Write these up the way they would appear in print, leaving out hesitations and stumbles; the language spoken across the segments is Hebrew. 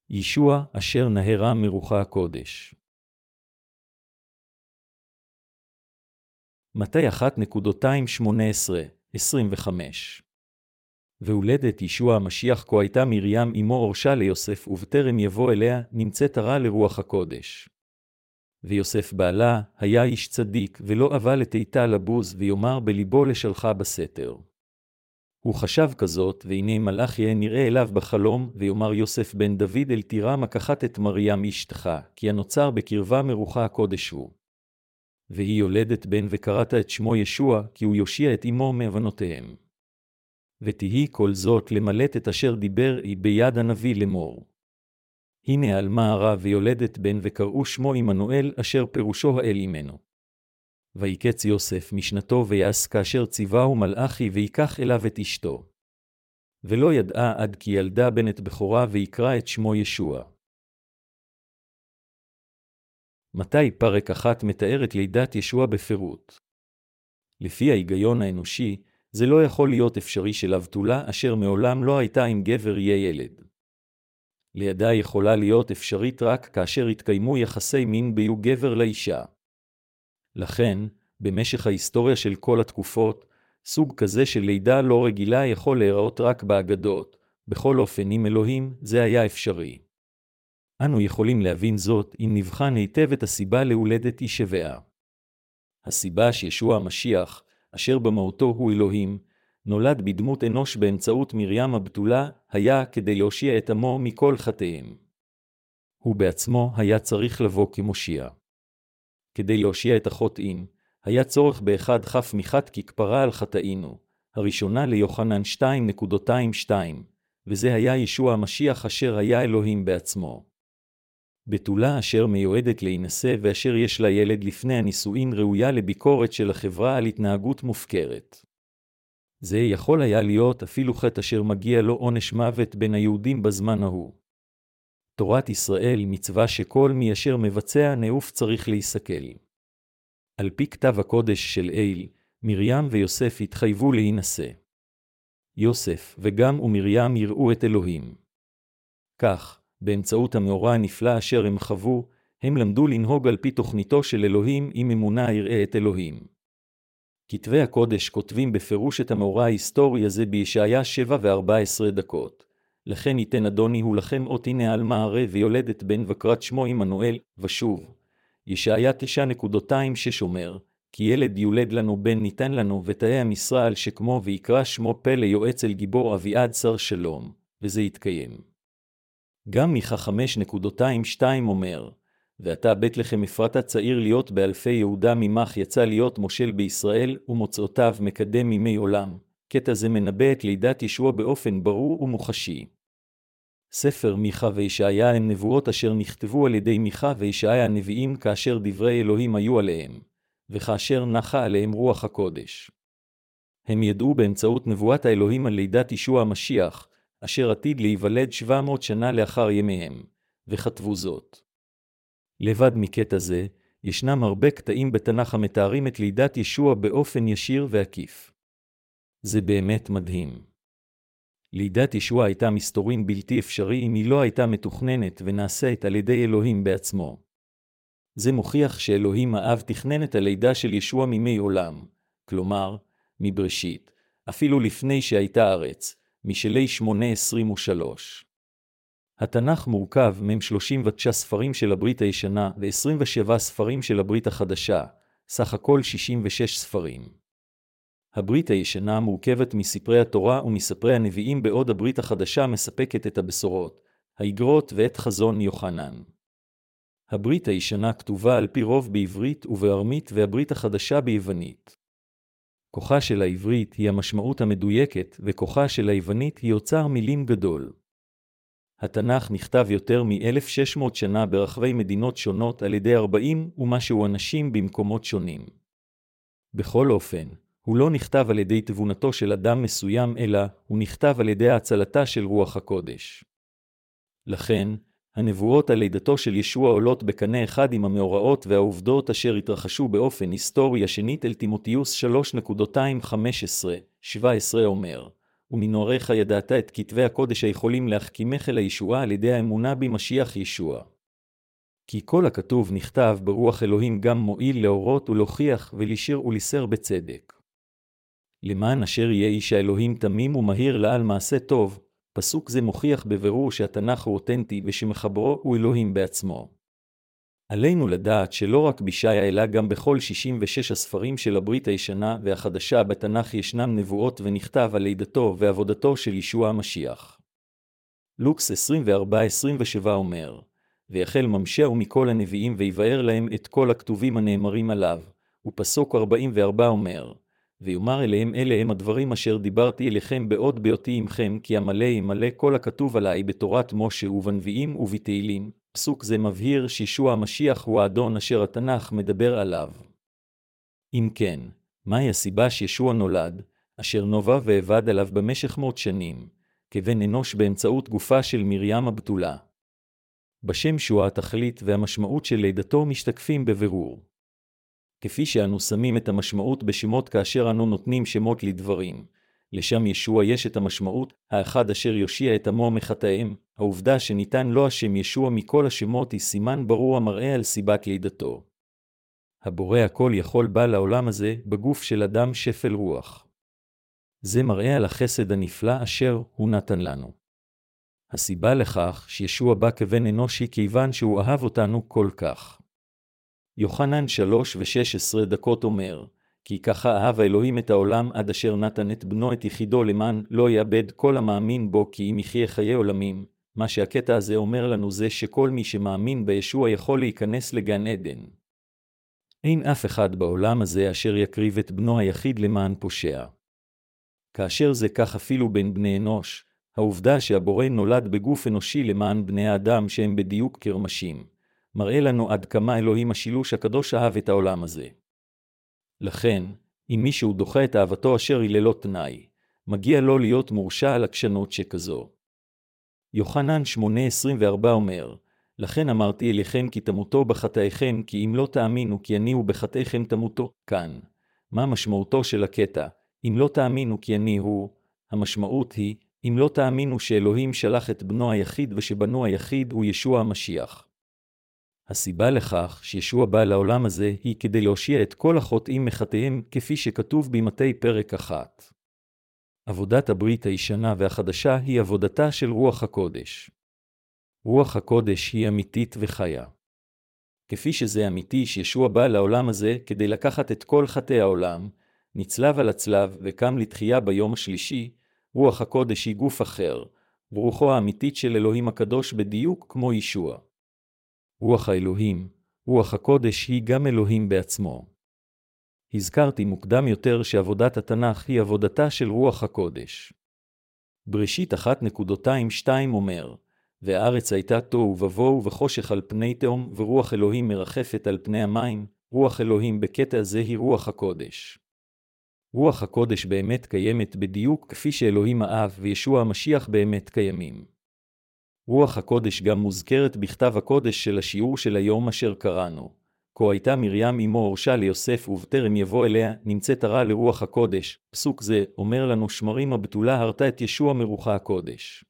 ישוע אשר נהרה מרוחה הקודש. מתי 1.218-25 והולדת ישוע המשיח כה הייתה מרים אמו אורשה ליוסף, ובטרם יבוא אליה נמצאת הרע לרוח הקודש. ויוסף בעלה היה איש צדיק, ולא אבה לתיתה לבוז, ויאמר בליבו לשלחה בסתר. הוא חשב כזאת, והנה מלאך יהיה נראה אליו בחלום, ויאמר יוסף בן דוד אל תירא מקחת את מרים אשתך, כי הנוצר בקרבה מרוחה הקודש הוא. והיא יולדת בן וקראת את שמו ישוע, כי הוא יושיע את אמו מאבנותיהם. ותהי כל זאת למלט את אשר דיבר ביד הנביא לאמור. הנה עלמה הרע ויולדת בן וקראו שמו עמנואל, אשר פירושו האל עמנו. ויקץ יוסף משנתו ויעש כאשר ציווהו מלאכי, ויקח אליו את אשתו. ולא ידעה עד כי ילדה בנת בכורה, ויקרא את שמו ישוע. מתי פרק 1 מתאר את לידת ישוע בפירוט. לפי ההיגיון האנושי, זה לא יכול להיות אפשרי של בתולה אשר מעולם לא הייתה עם גבר יהיה ילד. לידה יכולה להיות אפשרית רק כאשר התקיימו יחסי מין בין גבר לאישה. לכן, במשך ההיסטוריה של כל התקופות, סוג כזה של לידה לא רגילה יכול להיראות רק באגדות. בכל אופן, עם אלוהים זה היה אפשרי. אנו יכולים להבין זאת אם נבחן היטב את הסיבה להולדת ישוע. הסיבה שישוע המשיח, אשר במהותו הוא אלוהים, נולד בדמות אנוש באמצעות מרים הבתולה, היה כדי להושיע את עמו מכל חטאיהם. הוא בעצמו היה צריך לבוא כמושיע. כדי להושיע את החוטאים, היה צורך באחד חף מחט ככפרה על חטאינו, הראשונה ליוחנן 2.22, וזה היה ישוע המשיח אשר היה אלוהים בעצמו. בתולה אשר מיועדת להינשא ואשר יש לה ילד לפני הנישואין ראויה לביקורת של החברה על התנהגות מופקרת. זה יכול היה להיות אפילו חטא אשר מגיע לו עונש מוות בין היהודים בזמן ההוא. תורת ישראל מצווה שכל מי אשר מבצע נאוף צריך להיסכל. על פי כתב הקודש של אל, מרים ויוסף התחייבו להינשא. יוסף וגם ומרים יראו את אלוהים. כך, באמצעות המאורע הנפלא אשר הם חוו, הם למדו לנהוג על פי תוכניתו של אלוהים עם אמונה יראה את אלוהים. כתבי הקודש כותבים בפירוש את המאורע ההיסטורי הזה בישעיה 7:14. לכן ייתן אדוני הוא לכם אות, הנה עלמה הרה ויולדת בן וקראת שמו עמנואל. ושוב, ישעיה 9.26 אומר, כי ילד יולד לנו בן ניתן לנו, ותהא המשרה על שכמו, ויקרא שמו פלא יועץ אל גיבור אביעד שר שלום, וזה יתקיים. גם מיכה 5.22 אומר, ואתה בית-לחם אפרתה צעיר להיות באלפי יהודה, ממך יצא להיות מושל בישראל, ומוצאותיו מקדם ימי עולם. קטע זה מנבא את לידת ישוע באופן ברור ומוחשי. ספר מיכה וישעיה הם נבואות אשר נכתבו על ידי מיכה וישעיה הנביאים כאשר דברי אלוהים היו עליהם, וכאשר נחה עליהם רוח הקודש. הם ידעו באמצעות נבואת האלוהים על לידת ישוע המשיח, אשר עתיד להיוולד 700 שנה לאחר ימיהם, וכתבו זאת. לבד מקטע זה, ישנם הרבה קטעים בתנ"ך המתארים את לידת ישוע באופן ישיר ועקיף. זה באמת מדהים. לידת ישוע הייתה מסתורין בלתי אפשרי אם היא לא הייתה מתוכננת ונעשית על ידי אלוהים בעצמו. זה מוכיח שאלוהים האב תכנן את הלידה של ישוע מימי עולם, כלומר, מבראשית, אפילו לפני שהייתה ארץ, משלי 8:23. התנ"ך מורכב מ-39 ספרים של הברית הישנה ו-27 ספרים של הברית החדשה, סך הכל 66 ספרים. הברית הישנה מורכבת מספרי התורה ומספרי הנביאים, בעוד הברית החדשה מספקת את הבשורות, האיגרות ואת חזון יוחנן. הברית הישנה כתובה על פי רוב בעברית ובארמית, והברית החדשה ביוונית. כוחה של העברית היא המשמעות המדויקת, וכוחה של היוונית היא אוצר מילים גדול. התנ"ך נכתב יותר מ-1600 שנה ברחבי מדינות שונות על ידי 40 ומשהו אנשים במקומות שונים. בכל אופן, הוא לא נכתב על ידי תבונתו של אדם מסוים, אלא הוא נכתב על ידי הצלתה של רוח הקודש. לכן, הנבואות על לידתו של ישוע עולות בקנה אחד עם המאורעות והעובדות אשר התרחשו באופן היסטורי. השנית אל תימותאוס 3.215-17 אומר, ומנעוריך ידעת את כתבי הקודש היכולים להחכימך אל הישועה על ידי האמונה במשיח ישוע. כי כל הכתוב נכתב ברוח אלוהים גם מועיל להורות ולהוכיח ולשיר ולסר בצדק. למען אשר יהיה איש האלוהים תמים ומהיר לעל מעשה טוב, פסוק זה מוכיח בבירור שהתנ"ך הוא אותנטי ושמחברו הוא אלוהים בעצמו. עלינו לדעת שלא רק בישעיה אלא גם בכל 66 הספרים של הברית הישנה והחדשה בתנ"ך ישנם נבואות ונכתב על לידתו ועבודתו של ישוע המשיח. לוקס 24-27 אומר, ויחל ממשיהו מכל הנביאים ויבאר להם את כל הכתובים הנאמרים עליו, ופסוק 44 אומר, ויאמר אליהם אלה הם הדברים אשר דיברתי אליכם בעוד בהיותי עמכם, כי ימלא כל הכתוב עליי בתורת משה ובנביאים ובתהילים. פסוק זה מבהיר שישוע המשיח הוא האדון אשר התנ"ך מדבר עליו. אם כן, מהי הסיבה שישוע נולד, אשר נובע ועבד עליו במשך 100 שנים, כבן אנוש באמצעות גופה של מרים הבתולה? בשם שוע התכלית והמשמעות של לידתו משתקפים בבירור. כפי שאנו שמים את המשמעות בשמות כאשר אנו נותנים שמות לדברים, לשם ישוע יש את המשמעות, האחד אשר יושיע את עמו מחטאיהם. העובדה שניתן לו השם ישוע מכל השמות היא סימן ברור המראה על סיבת לידתו. הבורא הכל יכול בא לעולם הזה בגוף של אדם שפל רוח. זה מראה על החסד הנפלא אשר הוא נתן לנו. הסיבה לכך שישוע בא כבן אנושי כיוון שהוא אהב אותנו כל כך. יוחנן 3:16 אומר, כי ככה אהב האלוהים את העולם עד אשר נתן את בנו את יחידו למען לא יאבד כל המאמין בו כי אם יחיה חיי עולמים. מה שהקטע הזה אומר לנו זה שכל מי שמאמין בישוע יכול להיכנס לגן עדן. אין אף אחד בעולם הזה אשר יקריב את בנו היחיד למען פושע. כאשר זה כך אפילו בין בני אנוש, העובדה שהבורא נולד בגוף אנושי למען בני האדם שהם בדיוק כרמשים, מראה לנו עד כמה אלוהים השילוש הקדוש אהב את העולם הזה. לכן, אם מישהו דוחה את אהבתו אשר היא ללא תנאי, מגיע לו להיות מורשע על עקשנות שכזו. יוחנן 8:24 אומר, לכן אמרתי אליכם כי תמותו בחטאיכם, כי אם לא תאמינו כי אני ובחטאיכם תמותו. כאן, מה משמעותו של הקטע? אם לא תאמינו כי אני הוא, המשמעות היא, אם לא תאמינו שאלוהים שלח את בנו היחיד ושבנו היחיד הוא ישוע המשיח. הסיבה לכך שישוע בא לעולם הזה היא כדי להושיע את כל החוטאים מחטאיהם כפי שכתוב במתי פרק 1. עבודת הברית הישנה והחדשה היא עבודתה של רוח הקודש. רוח הקודש היא אמיתית וחיה. כפי שזה אמיתי שישוע בא לעולם הזה כדי לקחת את כל חטאי העולם, נצלב על הצלב וקם לתחייה ביום השלישי, רוח הקודש היא גוף אחר, רוחו האמיתית של אלוהים הקדוש בדיוק כמו ישוע. רוח האלוהים, רוח הקודש היא גם אלוהים בעצמו. הזכרתי מוקדם יותר שעבודת התנ"ך היא עבודתה של רוח הקודש. בראשית 1:2 אומר, והארץ הייתה תוהו ובוהו וחושך על פני תהום ורוח אלוהים מרחפת על פני המים. רוח אלוהים בקטע זה היא רוח הקודש. רוח הקודש באמת קיימת בדיוק כפי שאלוהים האב וישוע המשיח באמת קיימים. רוח הקודש גם מוזכרת בכתב הקודש של השיעור של היום אשר קראנו. כה הייתה מרים אמו הורשה ליוסף ובטרם יבוא אליה נמצאת הרע לרוח הקודש. פסוק זה אומר לנו שמרים הבתולה הרתה את ישוע מרוחה הקודש.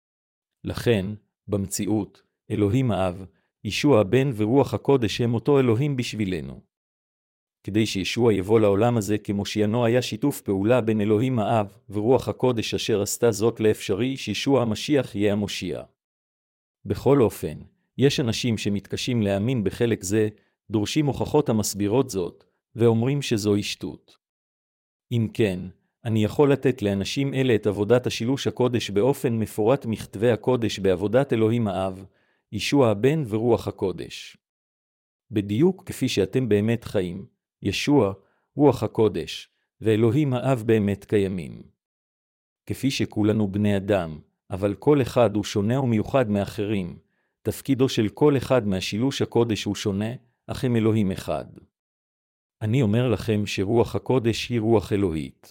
לכן, במציאות, אלוהים האב, ישוע הבן ורוח הקודש הם אותו אלוהים בשבילנו. כדי שישוע יבוא לעולם הזה כמושיענו היה שיתוף פעולה בין אלוהים האב ורוח הקודש אשר עשתה זאת לאפשרי שישוע המשיח יהיה המושיע. בכל אופן, יש אנשים שמתקשים להאמין בחלק זה, דורשים הוכחות המסבירות זאת, ואומרים שזו שטות. אם כן, אני יכול לתת לאנשים אלה את עבודת השילוש הקודש באופן מפורט מכתבי הקודש בעבודת אלוהים האב, ישוע הבן ורוח הקודש. בדיוק כפי שאתם באמת חיים, ישוע, רוח הקודש, ואלוהים האב באמת קיימים. כפי שכולנו בני אדם, אבל כל אחד הוא שונה ומיוחד מאחרים, תפקידו של כל אחד מהשילוש הקודש הוא שונה, אך הם אלוהים אחד. אני אומר לכם שרוח הקודש היא רוח אלוהית.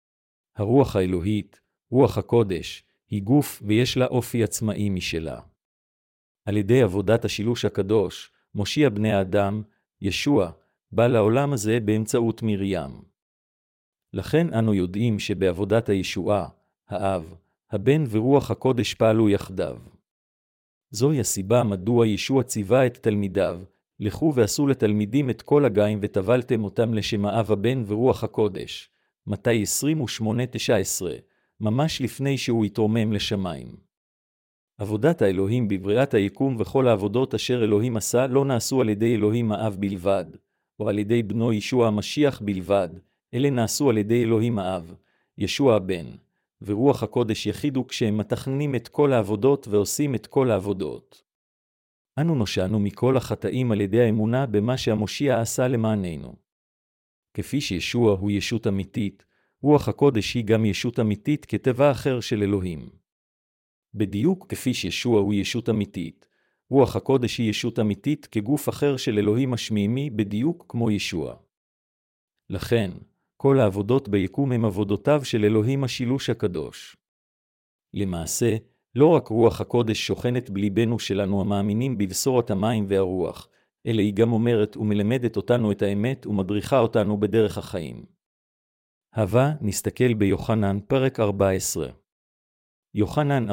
הרוח האלוהית, רוח הקודש, היא גוף ויש לה אופי עצמאי משלה. על ידי עבודת השילוש הקדוש, מושיע בני האדם, ישוע, בא לעולם הזה באמצעות מרים. לכן אנו יודעים שבעבודת הישועה, האב, הבן ורוח הקודש פעלו יחדיו. זוהי הסיבה מדוע ישוע ציווה את תלמידיו, לכו ועשו לתלמידים את כל הגויים וטבלתם אותם לשם האב הבן ורוח הקודש. מתי 28:19, ממש לפני שהוא התרומם לשמיים. עבודת האלוהים בבריאת היקום וכל העבודות אשר אלוהים עשה לא נעשו על ידי אלוהים האב בלבד, או על ידי בנו ישוע המשיח בלבד, אלה נעשו על ידי אלוהים האב, ישוע הבן, ורוח הקודש יחידו כשהם מתכננים את כל העבודות ועושים את כל העבודות. אנו נושענו מכל החטאים על ידי האמונה במה שהמושיע עשה למעננו. כפי שישוע הוא ישות אמיתית, רוח הקודש היא גם ישות אמיתית כטבע אחר של אלוהים. בדיוק כפי שישוע הוא ישות אמיתית, רוח הקודש היא ישות אמיתית כגוף אחר של אלוהים השמימי בדיוק כמו ישוע. לכן, כל העבודות ביקום הם עבודותיו של אלוהים השילוש הקדוש. למעשה, לא רק רוח הקודש שוכנת בליבנו שלנו המאמינים בבשורת המים והרוח, אלא היא גם אומרת ומלמדת אותנו את האמת ומדריכה אותנו בדרך החיים. הווה נסתכל ביוחנן פרק 14. יוחנן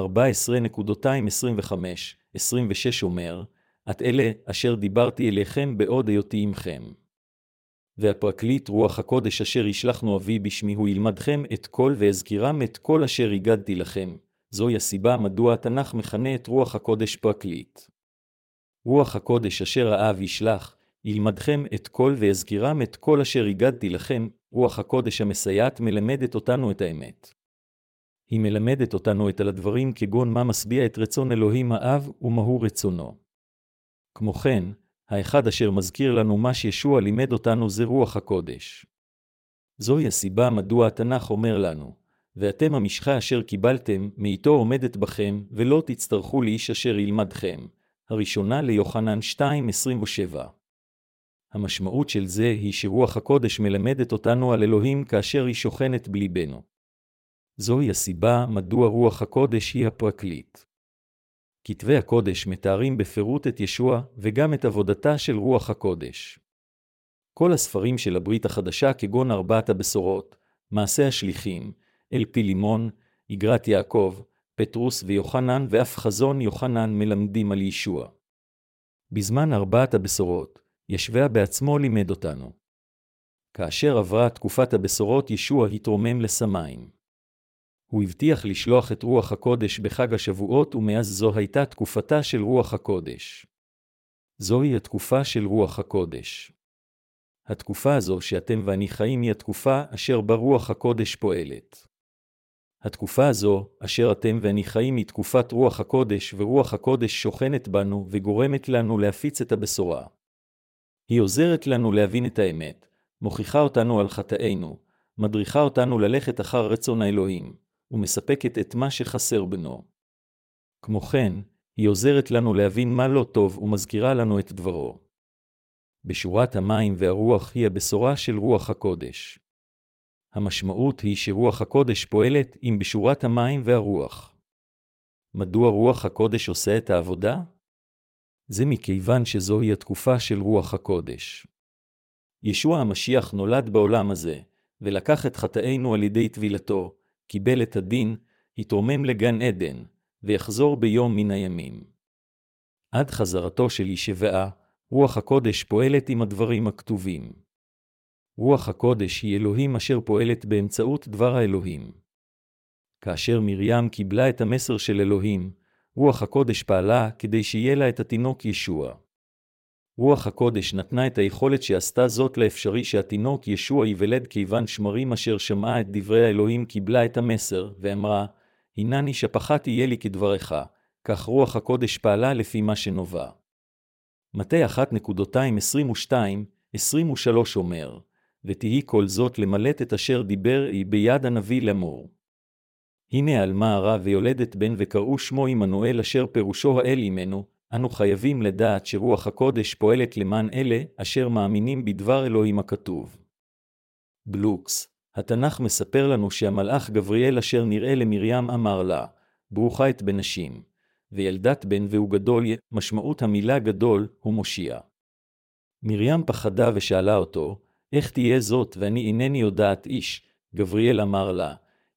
14:25-26 אומר, את אלה אשר דיברתי אליכם בעוד היותי עמכם. והפרקליט רוח הקודש אשר ישלחנו אבי בשמי הוא ילמדכם את כל והזכירם את כל אשר הגדתי לכם. זוהי הסיבה מדוע התנ"ך מכנה את רוח הקודש פרקליט. רוח הקודש אשר האב ישלח, ילמדכם את כל והזכירם את כל אשר הגדתי לכם. רוח הקודש המסייעת מלמדת אותנו את האמת. היא מלמדת אותנו את על הדברים כגון מה משביע את רצון אלוהים האב ומהו רצונו. כמו כן, האחד אשר מזכיר לנו מה שישוע לימד אותנו זה רוח הקודש. זוהי הסיבה מדוע התנ"ך אומר לנו, ואתם המשחה אשר קיבלתם, מאיתו עומדת בכם, ולא תצטרכו לאיש אשר ילמדכם. הראשונה ליוחנן 2:27. המשמעות של זה היא שרוח הקודש מלמדת אותנו על אלוהים כאשר היא שוכנת בליבנו. זוהי הסיבה מדוע רוח הקודש היא הפרקליט. כתבי הקודש מתארים בפירוט את ישוע וגם את עבודתה של רוח הקודש. כל הספרים של הברית החדשה כגון 4 הבשורות, מעשה השליחים, אל פילימון, איגרת יעקב, פטרוס ויוחנן ואף חזון יוחנן מלמדים על ישוע. בזמן 4 הבשורות, ישוע בעצמו לימד אותנו. כאשר עברה תקופת הבשורות ישוע התרומם לשמיים. הוא הבטיח לשלוח את רוח הקודש בחג השבועות ומאז זו הייתה תקופתה של רוח הקודש. זוהי התקופה של רוח הקודש. התקופה הזו שאתם ואני חיים היא התקופה אשר בה רוח הקודש פועלת. התקופה הזו אשר אתם ואני חיים היא תקופת רוח הקודש ורוח הקודש שוכנת בנו וגורמת לנו להפיץ את הבשורה. היא עוזרת לנו להבין את האמת, מוכיחה אותנו על חטאינו, מדריכה אותנו ללכת אחר רצון האלוהים, ומספקת את מה שחסר בנו. כמו כן, היא עוזרת לנו להבין מה לא טוב ומזכירה לנו את דברו. בשורת המים והרוח היא הבשורה של רוח הקודש. המשמעות היא שרוח הקודש פועלת עם בשורת המים והרוח. מדוע רוח הקודש עושה את העבודה? זה מכיוון שזוהי התקופה של רוח הקודש. ישוע המשיח נולד בעולם הזה, ולקח את חטאינו על ידי טבילתו, קיבל את הדין, התרומם לגן עדן, ויחזור ביום מן הימים. עד חזרתו של ישוע, רוח הקודש פועלת עם הדברים הכתובים. רוח הקודש היא אלוהים אשר פועלת באמצעות דבר האלוהים. כאשר מרים קיבלה את המסר של אלוהים, רוח הקודש פעלה כדי שיהיה לה את התינוק ישוע. רוח הקודש נתנה את היכולת שעשתה זאת לאפשרי שהתינוק ישוע ייוולד כיוון שמרים אשר שמעה את דברי האלוהים קיבלה את המסר ואמרה, הנני שפחת יהיה לי כדברך, כך רוח הקודש פעלה לפי מה שנובע. מתי 1:22-23 אומר, ותהי כל זאת למלט את אשר דיבר ביד הנביא לאמור. הנה עלמה הרע ויולדת בן וקראו שמו עמנואל אשר פירושו האל עמנו, אנו חייבים לדעת שרוח הקודש פועלת למען אלה אשר מאמינים בדבר אלוהים הכתוב. בלוקס, התנ"ך מספר לנו שהמלאך גבריאל אשר נראה למרים אמר לה, ברוכה את בנשים, וילדת בן והוא גדול, משמעות המילה גדול הוא מושיע. מרים פחדה ושאלה אותו, איך תהיה זאת ואני אינני יודעת איש? גבריאל אמר לה,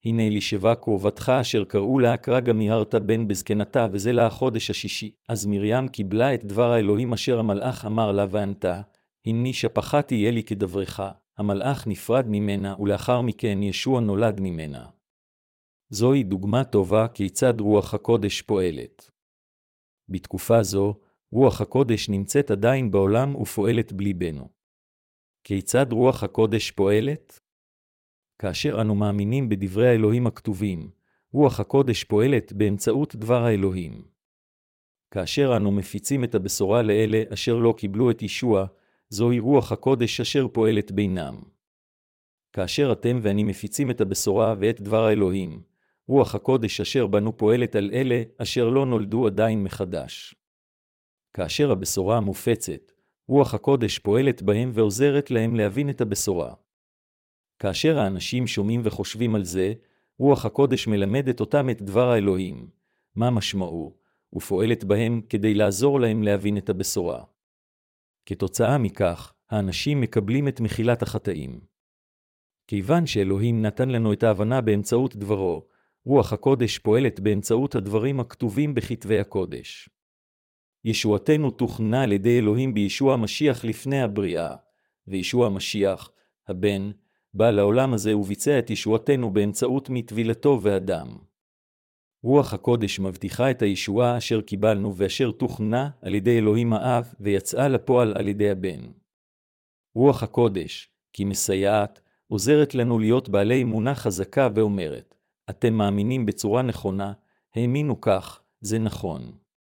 הנה לישבה קרובתך אשר קראו לה אקרגה מיהרת בן בזקנתה, וזה לה החודש השישי. אז מרים קיבלה את דבר האלוהים אשר המלאך אמר לה וענתה, הנה שפחתי יהיה לי כדברך. המלאך נפרד ממנה, ולאחר מכן ישוע נולד ממנה. זוהי דוגמה טובה כיצד רוח הקודש פועלת. בתקופה זו, רוח הקודש נמצאת עדיין בעולם ופועלת בליבנו. כיצד רוח הקודש פועלת? כאשר אנו מאמינים בדברי האלוהים הכתובים, רוח הקודש פועלת באמצעות דבר האלוהים. כאשר אנו מפיצים את הבשורה לאלה אשר לא קיבלו את ישוע, זוהי רוח הקודש אשר פועלת בינם. כאשר אתם ואני מפיצים את הבשורה ואת דבר האלוהים, רוח הקודש אשר בנו פועלת על אלה אשר לא נולדו עדיין מחדש. כאשר הבשורה מופצת, רוח הקודש פועלת בהם ועוזרת להם להבין את הבשורה. כאשר האנשים שומעים וחושבים על זה, רוח הקודש מלמדת אותם את דבר האלוהים, מה משמעו, ופועלת בהם כדי לעזור להם להבין את הבשורה. כתוצאה מכך, האנשים מקבלים את מחילת החטאים. כיוון שאלוהים נתן לנו את ההבנה באמצעות דברו, רוח הקודש פועלת באמצעות הדברים הכתובים בכתבי הקודש. ישועתנו תוכנה על ידי אלוהים בישוע המשיח לפני הבריאה, וישוע המשיח, הבן, בא לעולם הזה וביצע את ישועתנו באמצעות מטבילתו והדם. רוח הקודש מבטיחה את הישועה אשר קיבלנו ואשר תוכנה על ידי אלוהים האב ויצאה לפועל על ידי הבן. רוח הקודש, כי מסייעת, עוזרת לנו להיות בעלי אמונה חזקה ואומרת, אתם מאמינים בצורה נכונה, האמינו כך, זה נכון.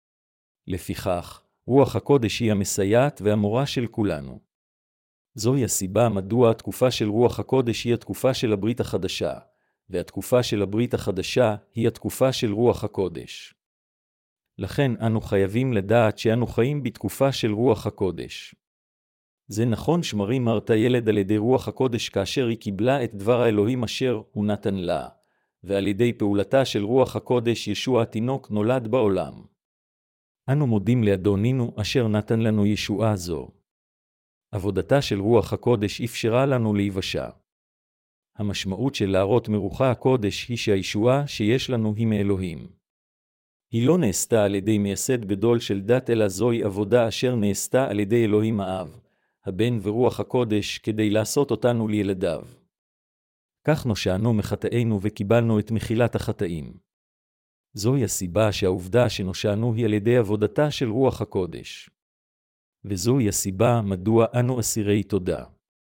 לפיכך, רוח הקודש היא המסייעת והמורה של כולנו. זוהי הסיבה מדוע התקופה של רוח הקודש היא התקופה של הברית החדשה, והתקופה של הברית החדשה היא התקופה של רוח הקודש. לכן אנו חייבים לדעת שאנו חיים בתקופה של רוח הקודש. זה נכון שמרים הרתה ילד על ידי רוח הקודש כאשר היא קיבלה את דבר האלוהים אשר הוא נתן לה, ועל ידי פעולתה של רוח הקודש ישוע התינוק נולד בעולם. אנו מודים לאדונינו אשר נתן לנו ישועה זו. עבודתה של רוח הקודש אפשרה לנו להיוושע. המשמעות של להראות מרוחה הקודש היא שהישועה שיש לנו היא מאלוהים. היא לא נעשתה על ידי מייסד גדול של דת, אלא זוהי עבודה אשר נעשתה על ידי אלוהים האב, הבן ורוח הקודש כדי לעשות אותנו לילדיו. כך נושענו מחטאינו וקיבלנו את מחילת החטאים. זוהי הסיבה שהעובדה שנושענו היא על ידי עבודתה של רוח הקודש. וזוהי הסיבה מדוע אנו אסירי תודה.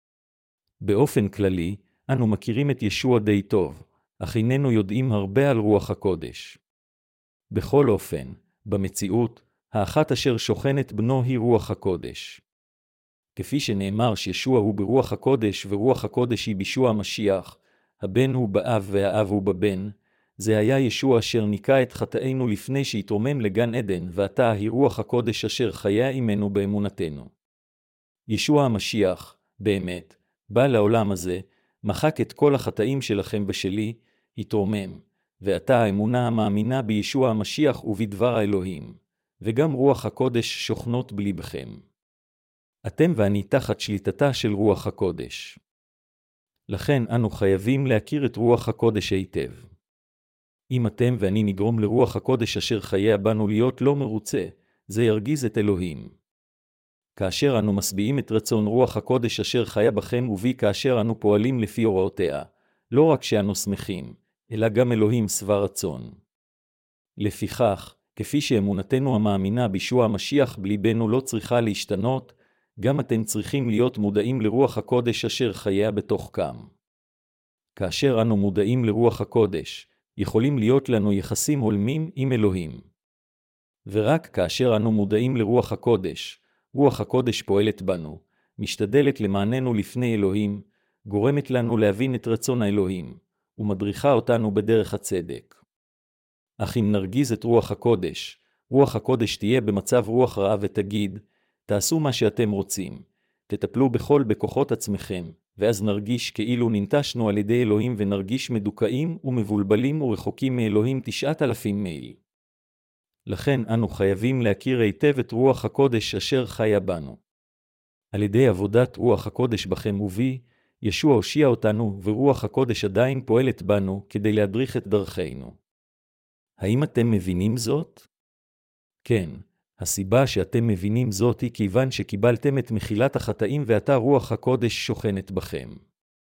באופן כללי, אנו מכירים את ישוע די טוב, אך איננו יודעים הרבה על רוח הקודש. בכל אופן, במציאות, האחת אשר שוכנת בנו היא רוח הקודש. כפי שנאמר שישוע הוא ברוח הקודש ורוח הקודש היא בישוע המשיח, הבן הוא באב והאב הוא בבן, זה היה ישוע אשר ניקה את חטאינו לפני שהתרומם לגן עדן, ועתה היא רוח הקודש אשר חיה עמנו באמונתנו. ישוע המשיח, באמת, בא לעולם הזה, מחק את כל החטאים שלכם ושלי, התרומם, ועתה האמונה המאמינה בישוע המשיח ובדבר האלוהים, וגם רוח הקודש שוכנות בליבכם. אתם ואני תחת שליטתה של רוח הקודש. לכן אנו חייבים להכיר את רוח הקודש היטב. אם אתם ואני נגרום לרוח הקודש אשר חיה בנו להיות לא מרוצה, זה ירגיז את אלוהים. כאשר אנו משביעים את רצון רוח הקודש אשר חיה בכם ובי כאשר אנו פועלים לפי הוראותיה, לא רק שאנו שמחים, אלא גם אלוהים שבע רצון. לפיכך, כפי שאמונתנו המאמינה בישוע המשיח בליבנו לא צריכה להשתנות, גם אתם צריכים להיות מודעים לרוח הקודש אשר חיה בתוככם. כאשר אנו מודעים לרוח הקודש, יכולים להיות לנו יחסים הולמים עם אלוהים. ורק כאשר אנו מודעים לרוח הקודש, רוח הקודש פועלת בנו, משתדלת למעננו לפני אלוהים, גורמת לנו להבין את רצון האלוהים, ומדריכה אותנו בדרך הצדק. אך אם נרגיז את רוח הקודש, רוח הקודש תהיה במצב רוח רעה ותגיד, תעשו מה שאתם רוצים, תטפלו בכל בכוחות עצמכם, ואז נרגיש כאילו ננטשנו על ידי אלוהים ונרגיש מדוכאים ומבולבלים ורחוקים מאלוהים 9,000 מייל. לכן אנו חייבים להכיר היטב את רוח הקודש אשר חיה בנו. על ידי עבודת רוח הקודש בכם ובי, ישוע הושיע אותנו, ורוח הקודש עדיין פועלת בנו כדי להדריך את דרכינו. האם אתם מבינים זאת? כן, הסיבה שאתם מבינים זאת היא כיוון שקיבלתם את מחילת החטאים ועתה רוח הקודש שוכנת בכם.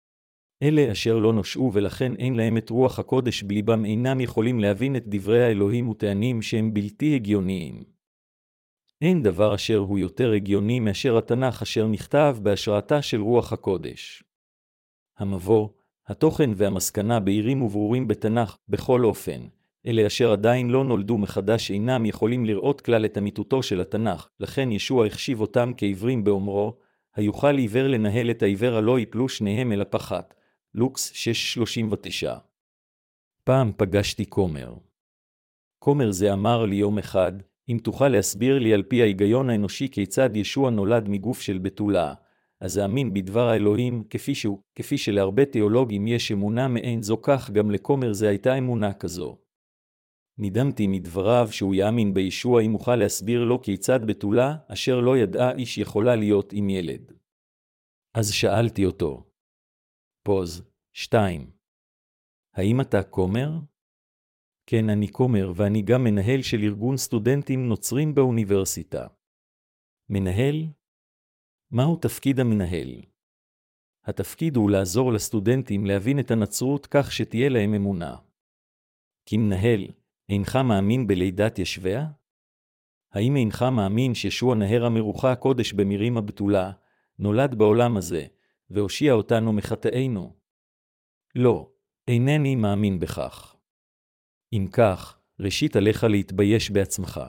אלה אשר לא נושעו ולכן אין להם את רוח הקודש בליבם אינם יכולים להבין את דברי האלוהים וטענים שהם בלתי הגיוניים. אין דבר אשר הוא יותר הגיוני מאשר התנ"ך אשר נכתב בהשראתה של רוח הקודש. המבוא, התוכן והמסקנה בהירים וברורים בתנ"ך, בכל אופן. אלה אשר עדיין לא נולדו מחדש אינם יכולים לראות כלל את אמיתותו של התנ"ך, לכן ישוע החשיב אותם כעיוורים באומרו, היוכל עיוור לנהל את העיוור הלא יפלו שניהם אל הפחת. לוקס 6:39. פעם פגשתי כומר. כומר זה אמר לי יום אחד, אם תוכל להסביר לי על פי ההיגיון האנושי כיצד ישוע נולד מגוף של בתולה, אז אאמין בדבר האלוהים כפי שלהרבה תיאולוגים יש אמונה מעין זו, כך גם לכומר זה הייתה אמונה כזו. נדהמתי מדבריו שהוא יאמין בישוע אם אוכל להסביר לו כיצד בתולה, אשר לא ידעה איש יכולה להיות עם ילד. אז שאלתי אותו. פוז 2. האם אתה כומר? כן, אני כומר, ואני גם מנהל של ארגון סטודנטים נוצרים באוניברסיטה. מנהל? מהו תפקיד המנהל? התפקיד הוא לעזור לסטודנטים להבין את הנצרות כך שתהיה להם אמונה. כמנהל, אינך מאמין בלידת ישוע? האם אינך מאמין שישוע נהר המרוחה הקודש במירים הבתולה, נולד בעולם הזה, והושיע אותנו מחטאינו? לא, אינני מאמין בכך. אם כך, ראשית עליך להתבייש בעצמך.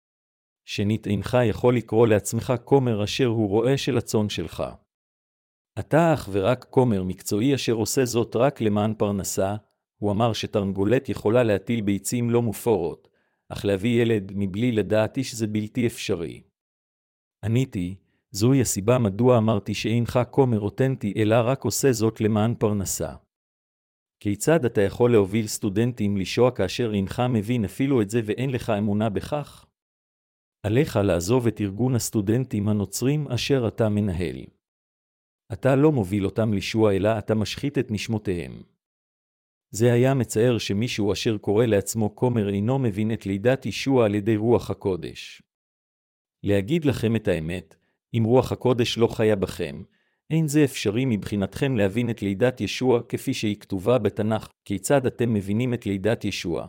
שנית, אינך יכול לקרוא לעצמך כומר אשר הוא רועה של הצאן שלך. אתה אך ורק כומר מקצועי אשר עושה זאת רק למען פרנסה. הוא אמר שתרנגולת יכולה להטיל ביצים לא מופרות, אך להביא ילד מבלי לדעת איש זה בלתי אפשרי. עניתי, זוהי הסיבה מדוע אמרתי שאינך כומר אותנטי אלא רק עושה זאת למען פרנסה. כיצד אתה יכול להוביל סטודנטים לשוע כאשר אינך מבין אפילו את זה ואין לך אמונה בכך? עליך לעזוב את ארגון הסטודנטים הנוצרים אשר אתה מנהל. אתה לא מוביל אותם לשוע אלא אתה משחית את נשמותיהם. זה היה מצער שמישהו אשר קורא לעצמו כומר אינו מבין את לידת ישוע על ידי רוח הקודש. להגיד לכם את האמת, אם רוח הקודש לא חיה בכם, אין זה אפשרי מבחינתכם להבין את לידת ישוע כפי שהיא כתובה בתנ"ך. כיצד אתם מבינים את לידת ישוע?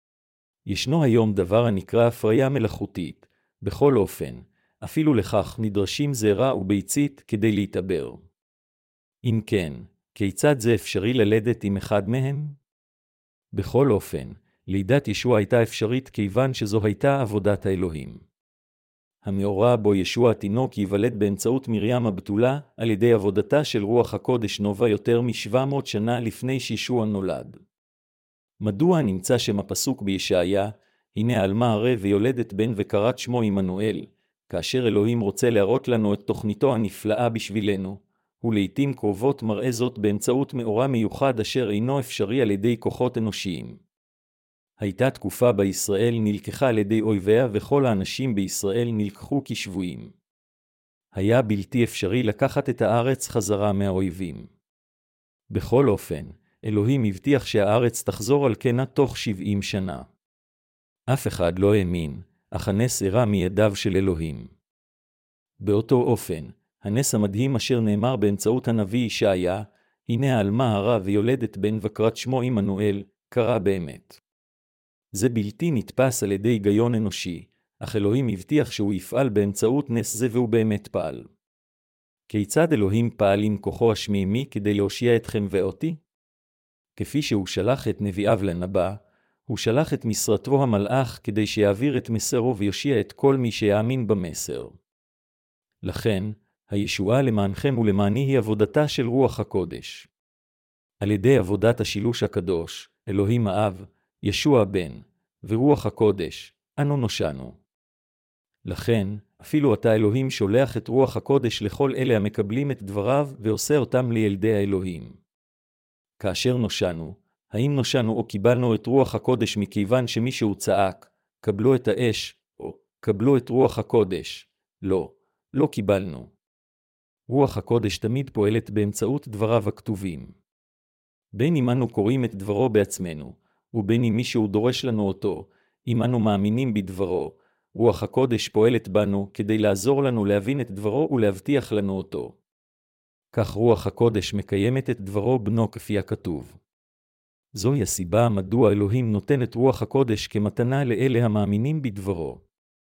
ישנו היום דבר הנקרא הפריה מלאכותית. בכל אופן, אפילו לכך נדרשים זרע וביצית כדי להתעבר. אם כן, כיצד זה אפשרי ללדת עם אחד מהם? בכל אופן, לידת ישוע הייתה אפשרית כיוון שזו הייתה עבודת האלוהים. המאורע בו ישוע התינוק ייוולד באמצעות מרים הבתולה על ידי עבודתה של רוח הקודש נובע יותר מ-700 שנה לפני שישוע נולד. מדוע נמצא שם הפסוק בישעיה, הנה עלמה ערב ויולדת בן וקראת שמו עמנואל, כאשר אלוהים רוצה להראות לנו את תוכניתו הנפלאה בשבילנו, ולעיתים קרובות מראה זאת באמצעות מאורע מיוחד אשר אינו אפשרי על ידי כוחות אנושיים. הייתה תקופה בישראל נלקחה על ידי אויביה וכל האנשים בישראל נלקחו כשבויים. היה בלתי אפשרי לקחת את הארץ חזרה מהאויבים. בכל אופן, אלוהים הבטיח שהארץ תחזור על כנה תוך 70 שנה. אף אחד לא האמין, אך הנס אירע מידיו של אלוהים. באותו אופן, הנס המדהים אשר נאמר באמצעות הנביא ישעיה, הנה העלמה הרה ויולדת בן וקראת שמו עמנואל, קרה באמת. זה בלתי נתפס על ידי היגיון אנושי, אך אלוהים הבטיח שהוא יפעל באמצעות נס זה והוא באמת פעל. כיצד אלוהים פעל עם כוחו השמימי כדי להושיע אתכם ואותי? כפי שהוא שלח את נביאיו לנבא, הוא שלח את משרתו המלאך כדי שיעביר את מסרו ויושיע את כל מי שיאמין במסר. לכן, הישועה למענכם ולמעני היא עבודתה של רוח הקודש. על ידי עבודת השילוש הקדוש, אלוהים האב, ישוע בן, ורוח הקודש, אנו נושענו. לכן, אפילו אתה אלוהים שולח את רוח הקודש לכל אלה המקבלים את דבריו ועושה אותם לילדי האלוהים. כאשר נושענו, האם נושענו או קיבלנו את רוח הקודש מכיוון שמישהו צעק, קבלו את האש, או קבלו את רוח הקודש? לא, לא קיבלנו. רוח הקודש תמיד פועלת באמצעות דבריו הכתובים. בין אם אנו קוראים את דברו בעצמנו, ובין אם מישהו דורש לנו אותו, אם אנו מאמינים בדברו, רוח הקודש פועלת בנו כדי לעזור לנו להבין את דברו ולהבטיח לנו אותו. כך רוח הקודש מקיימת את דברו בנו כפי הכתוב. זוהי הסיבה מדוע אלוהים נותן את רוח הקודש כמתנה לאלה המאמינים בדברו.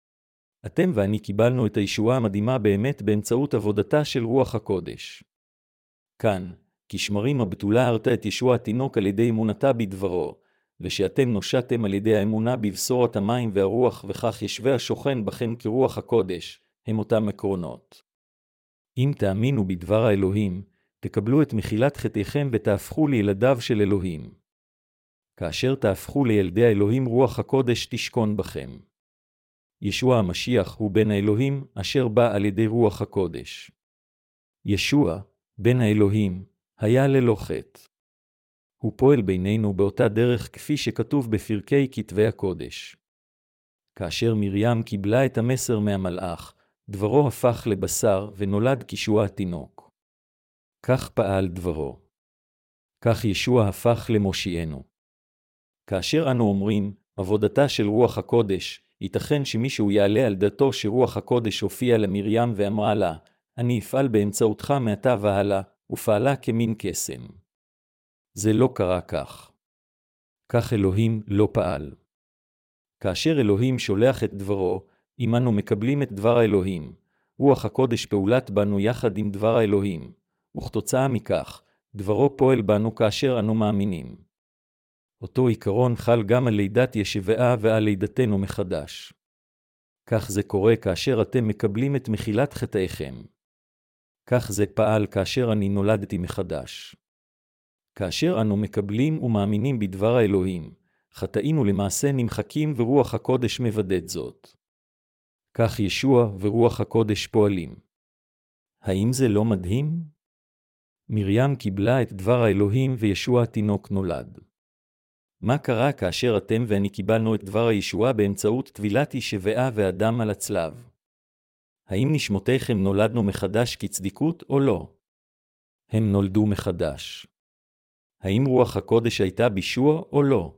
אתם ואני קיבלנו את הישועה המדהימה באמת באמצעות עבודתה של רוח הקודש. כאן, כשמרים הבתולה הרתה את ישוע התינוק על ידי אמונתה בדברו, ושאתם נושעתם על ידי האמונה בבשורת המים והרוח, וכך ישווה השוכן בכם כרוח הקודש, הם אותם עקרונות. אם תאמינו בדבר האלוהים, תקבלו את מחילת חטאיכם ותהפכו לילדיו של אלוהים. כאשר תהפכו לילדי האלוהים, רוח הקודש תשכון בכם. ישוע המשיח הוא בן האלוהים אשר בא על ידי רוח הקודש. ישוע, בן האלוהים, היה ללא חטא. הוא פועל בינינו באותה דרך כפי שכתוב בפרקי כתבי הקודש. כאשר מרים קיבלה את המסר מהמלאך, דברו הפך לבשר ונולד כשיוע התינוק. כך פעל דברו. כך ישוע הפך למושיענו. כאשר אנו אומרים, עבודתה של רוח הקודש, ייתכן שמישהו יעלה על דתו שרוח הקודש הופיע למרים ואמרה לה, אני אפעל באמצעותך מעתה והלאה, ופעלה כמין קסם. זה לא קרה כך. כך אלוהים לא פעל. כאשר אלוהים שולח את דברו, אם אנו מקבלים את דבר האלוהים, רוח הקודש פעולת בנו יחד עם דבר האלוהים, וכתוצאה מכך, דברו פועל בנו כאשר אנו מאמינים. אותו עיקרון חל גם על לידת ישבעה ועל לידתנו מחדש. כך זה קורה כאשר אתם מקבלים את מחילת חטאיכם. כך זה פעל כאשר אני נולדתי מחדש. כאשר אנו מקבלים ומאמינים בדבר האלוהים, חטאינו למעשה נמחקים ורוח הקודש מבדד זאת. כך ישוע ורוח הקודש פועלים. האם זה לא מדהים? מרים קיבלה את דבר האלוהים וישוע התינוק נולד. מה קרה כאשר אתם ואני קיבלנו את דבר הישועה באמצעות טבילת ישבעה ואדם על הצלב? האם נשמותיכם נולדנו מחדש כצדיקות או לא? הם נולדו מחדש. האם רוח הקודש הייתה בישוע או לא?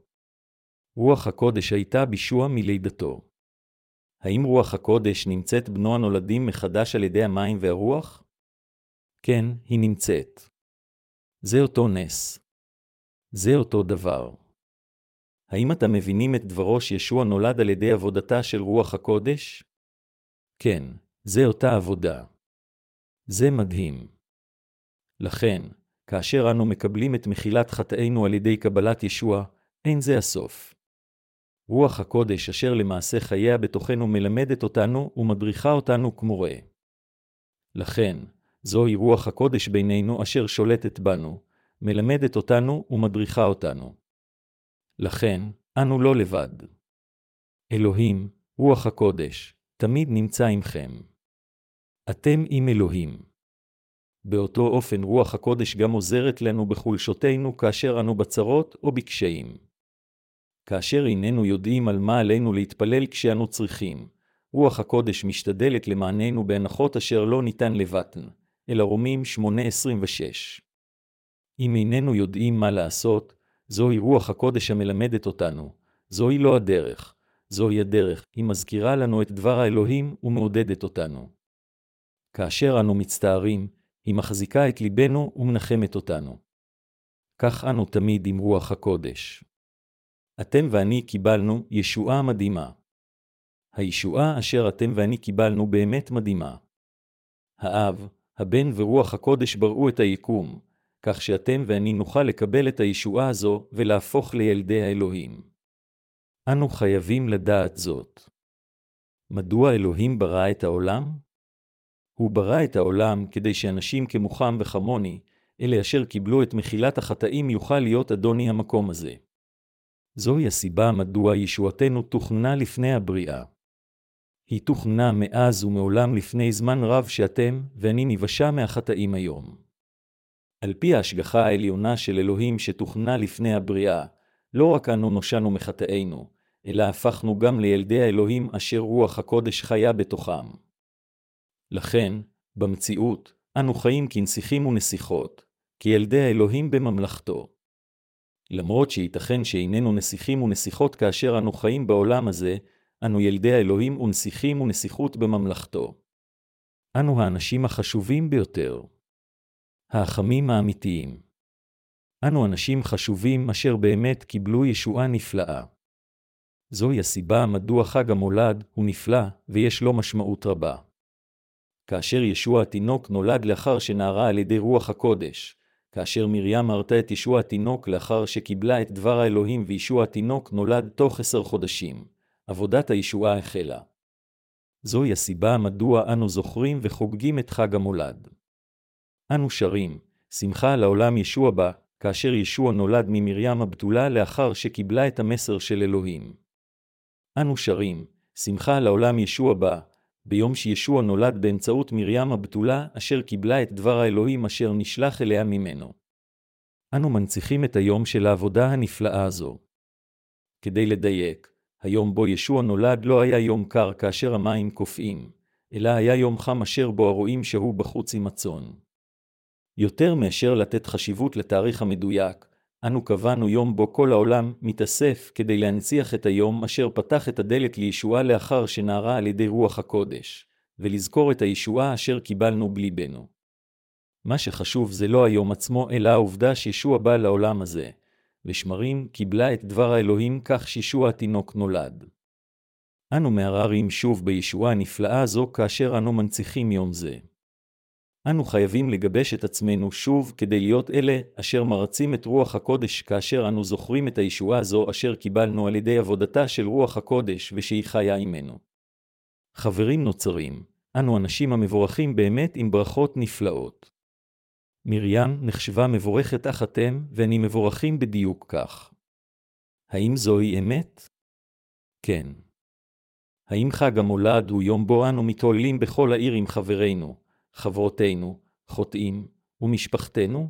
רוח הקודש הייתה בישוע מלידתו. האם רוח הקודש נמצאת בנו הנולדים מחדש על ידי המים והרוח? כן, היא נמצאת. זה אותו נס. זה אותו דבר. האם אתם מבינים את דברו שישוע נולד על ידי עבודתה של רוח הקודש? כן, זה אותה עבודה. זה מדהים. לכן, כאשר אנו מקבלים את מחילת חטאינו על ידי קבלת ישוע, אין זה הסוף. רוח הקודש אשר למעשה חייה בתוכנו מלמדת אותנו ומדריכה אותנו כמורה. לכן, זוהי רוח הקודש בינינו אשר שולטת בנו, מלמדת אותנו ומדריכה אותנו. לכן, אנו לא לבד. אלוהים, רוח הקודש, תמיד נמצא עמכם. אתם עם אלוהים. באותו אופן רוח הקודש גם עוזרת לנו בחולשותינו כאשר אנו בצרות או בקשיים. כאשר איננו יודעים על מה עלינו להתפלל כשאנו צריכים, רוח הקודש משתדלת למעננו בהנחות אשר לא ניתן לבטן, אלא רומים 8:26. אם איננו יודעים מה לעשות, זוהי רוח הקודש המלמדת אותנו, זוהי לא הדרך, זוהי הדרך, היא מזכירה לנו את דבר האלוהים ומעודדת אותנו. כאשר אנו מצטערים, היא מחזיקה את ליבנו ומנחמת אותנו. כך אנו תמיד עם רוח הקודש. אתם ואני קיבלנו ישועה מדהימה. הישועה אשר אתם ואני קיבלנו באמת מדהימה. האב, הבן ורוח הקודש בראו את היקום, כך שאתם ואני נוכל לקבל את הישועה הזו ולהפוך לילדי האלוהים. אנו חייבים לדעת זאת. מדוע אלוהים ברא את העולם? הוא ברא את העולם כדי שאנשים כמוכם וכמוני, אלה אשר קיבלו את מחילת החטאים, יוכל להיות אדוני המקום הזה. זוהי הסיבה מדוע ישועתנו תוכננה לפני הבריאה. היא תוכננה מאז ומעולם לפני זמן רב שאתם ואני נבשה מהחטאים היום. על פי ההשגחה העליונה של אלוהים שתוכננה לפני הבריאה, לא רק אנו נושענו מחטאינו, אלא הפכנו גם לילדי האלוהים אשר רוח הקודש חיה בתוכם. לכן, במציאות, אנו חיים כנסיכים ונסיכות, כילדי האלוהים בממלכתו. למרות שייתכן שאיננו נסיכים ונסיכות כאשר אנו חיים בעולם הזה, אנו ילדי האלוהים ונסיכים ונסיכות בממלכתו. אנו האנשים החשובים ביותר. החכמים האמיתיים. אנו אנשים חשובים אשר באמת קיבלו ישועה נפלאה. זוהי הסיבה מדוע חג המולד הוא נפלא ויש לו משמעות רבה. כאשר ישוע התינוק נולד לאחר שנערה על ידי רוח הקודש, כאשר מרים הרתה את ישוע התינוק לאחר שקיבלה את דבר האלוהים וישוע התינוק נולד תוך 10 חודשים, עבודת הישועה החלה. זוהי הסיבה מדוע אנו זוכרים וחוגגים את חג המולד. אנו שרים, שמחה לעולם ישוע בא, כאשר ישוע נולד ממרים הבתולה לאחר שקיבלה את המסר של אלוהים. אנו שרים, שמחה לעולם ישוע בא, ביום שישוע נולד באמצעות מרים הבתולה אשר קיבלה את דבר האלוהים אשר נשלח אליה ממנו. אנו מנציחים את היום של העבודה הנפלאה הזו. כדי לדייק, היום בו ישוע נולד לא היה יום קר כאשר המים קופאים, אלא היה יום חם אשר בו הרועים שהו בחוץ עם הצאן. יותר מאשר לתת חשיבות לתאריך המדויק, אנו קבענו יום בו כל העולם מתאסף כדי להנציח את היום אשר פתח את הדלת לישועה לאחר שנערה על ידי רוח הקודש, ולזכור את הישועה אשר קיבלנו בליבנו. מה שחשוב זה לא היום עצמו אלא העובדה שישוע בא לעולם הזה, ושמרים קיבלה את דבר האלוהים כך שישוע התינוק נולד. אנו מערערים שוב בישועה הנפלאה הזו כאשר אנו מנציחים יום זה. אנו חייבים לגבש את עצמנו שוב כדי להיות אלה אשר מרצים את רוח הקודש כאשר אנו זוכרים את הישועה הזו אשר קיבלנו על ידי עבודתה של רוח הקודש ושהיא חיה עמנו. חברים נוצרים, אנו אנשים המבורכים באמת עם ברכות נפלאות. מרים נחשבה מבורכת אך אתם ואני מבורכים בדיוק כך. האם זוהי אמת? כן. האם חג המולד הוא יום בו אנו מתעוללים בכל העיר עם חברינו, חברותינו, חוטאים ומשפחתנו?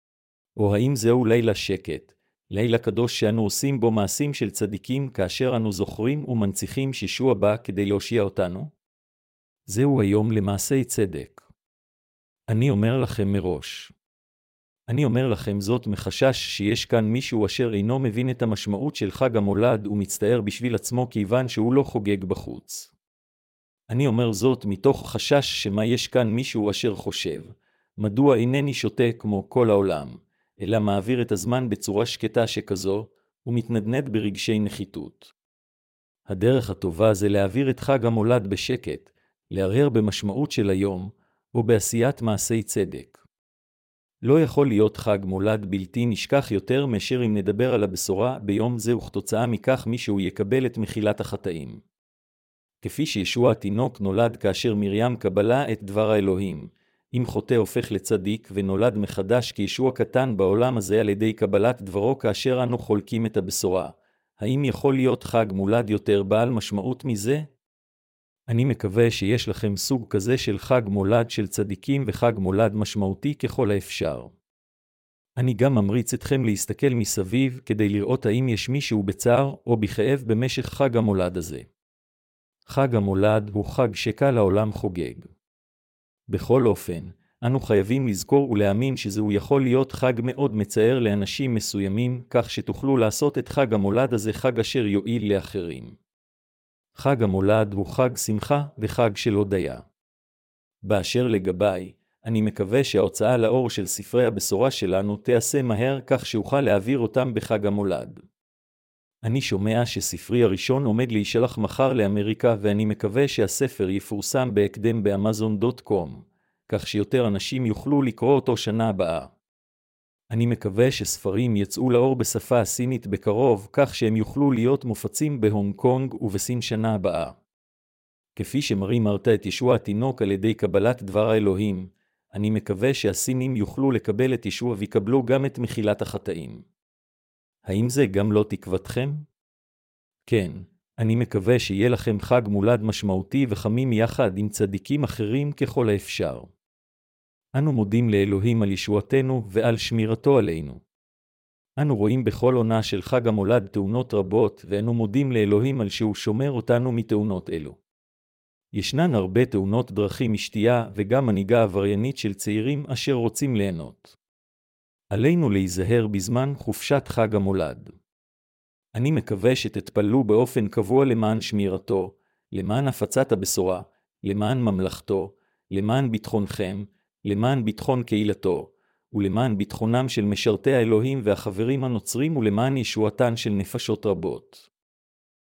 או האם זהו לילה שקט, לילה קדוש שאנו עושים בו מעשים של צדיקים כאשר אנו זוכרים ומנציחים שישוע בא כדי להושיע אותנו? זהו היום למעשי צדק. אני אומר לכם מראש. אני אומר לכם זאת מחשש שיש כאן מישהו אשר אינו מבין את המשמעות של חג המולד ומצטער בשביל עצמו כיוון שהוא לא חוגג בחוץ. אני אומר זאת מתוך חשש שמה יש כאן מישהו אשר חושב, מדוע אינני שותה כמו כל העולם, אלא מעביר את הזמן בצורה שקטה שכזו, ומתנדנד ברגשי נחיתות. הדרך הטובה זה להעביר את חג המולד בשקט, להרהר במשמעות של היום, או בעשיית מעשי צדק. לא יכול להיות חג מולד בלתי נשכח יותר מאשר אם נדבר על הבשורה ביום זה וכתוצאה מכך מישהו יקבל את מחילת החטאים. כפי שישוע התינוק נולד כאשר מרים קבלה את דבר האלוהים, אם חוטא הופך לצדיק ונולד מחדש כישוע קטן בעולם הזה על ידי קבלת דברו כאשר אנו חולקים את הבשורה, האם יכול להיות חג מולד יותר בעל משמעות מזה? אני מקווה שיש לכם סוג כזה של חג מולד של צדיקים וחג מולד משמעותי ככל האפשר. אני גם ממריץ אתכם להסתכל מסביב כדי לראות האם יש מישהו בצער או בכאב במשך חג המולד הזה. חג המולד הוא חג שקל העולם חוגג. בכל אופן, אנו חייבים לזכור ולהאמין שזהו יכול להיות חג מאוד מצער לאנשים מסוימים, כך שתוכלו לעשות את חג המולד הזה חג אשר יועיל לאחרים. חג המולד הוא חג שמחה וחג של הודיה. באשר לגביי, אני מקווה שההוצאה לאור של ספרי הבשורה שלנו תעשה מהר כך שאוכל להעביר אותם בחג המולד. אני שומע שספרי הראשון עומד להישלח מחר לאמריקה ואני מקווה שהספר יפורסם בהקדם באמזון.com, כך שיותר אנשים יוכלו לקרוא אותו שנה הבאה. אני מקווה שספרים יצאו לאור בשפה הסינית בקרוב, כך שהם יוכלו להיות מופצים בהונג קונג ובסין שנה הבאה. כפי שמרים הרתה את ישוע התינוק על ידי קבלת דבר האלוהים, אני מקווה שהסינים יוכלו לקבל את ישוע ויקבלו גם את מחילת החטאים. האם זה גם לא תקוותכם? כן, אני מקווה שיהיה לכם חג מולד משמעותי וחמים יחד עם צדיקים אחרים ככל האפשר. אנו מודים לאלוהים על ישועתנו ועל שמירתו עלינו. אנו רואים בכל עונה של חג המולד תאונות רבות, ואנו מודים לאלוהים על שהוא שומר אותנו מתאונות אלו. ישנן הרבה תאונות דרכים משתייה וגם מנהיגה עבריינית של צעירים אשר רוצים ליהנות. עלינו להיזהר בזמן חופשת חג המולד. אני מקווה שתתפללו באופן קבוע למען שמירתו, למען הפצת הבשורה, למען ממלכתו, למען ביטחונכם, למען ביטחון קהילתו, ולמען ביטחונם של משרתי האלוהים והחברים הנוצרים ולמען ישועתן של נפשות רבות.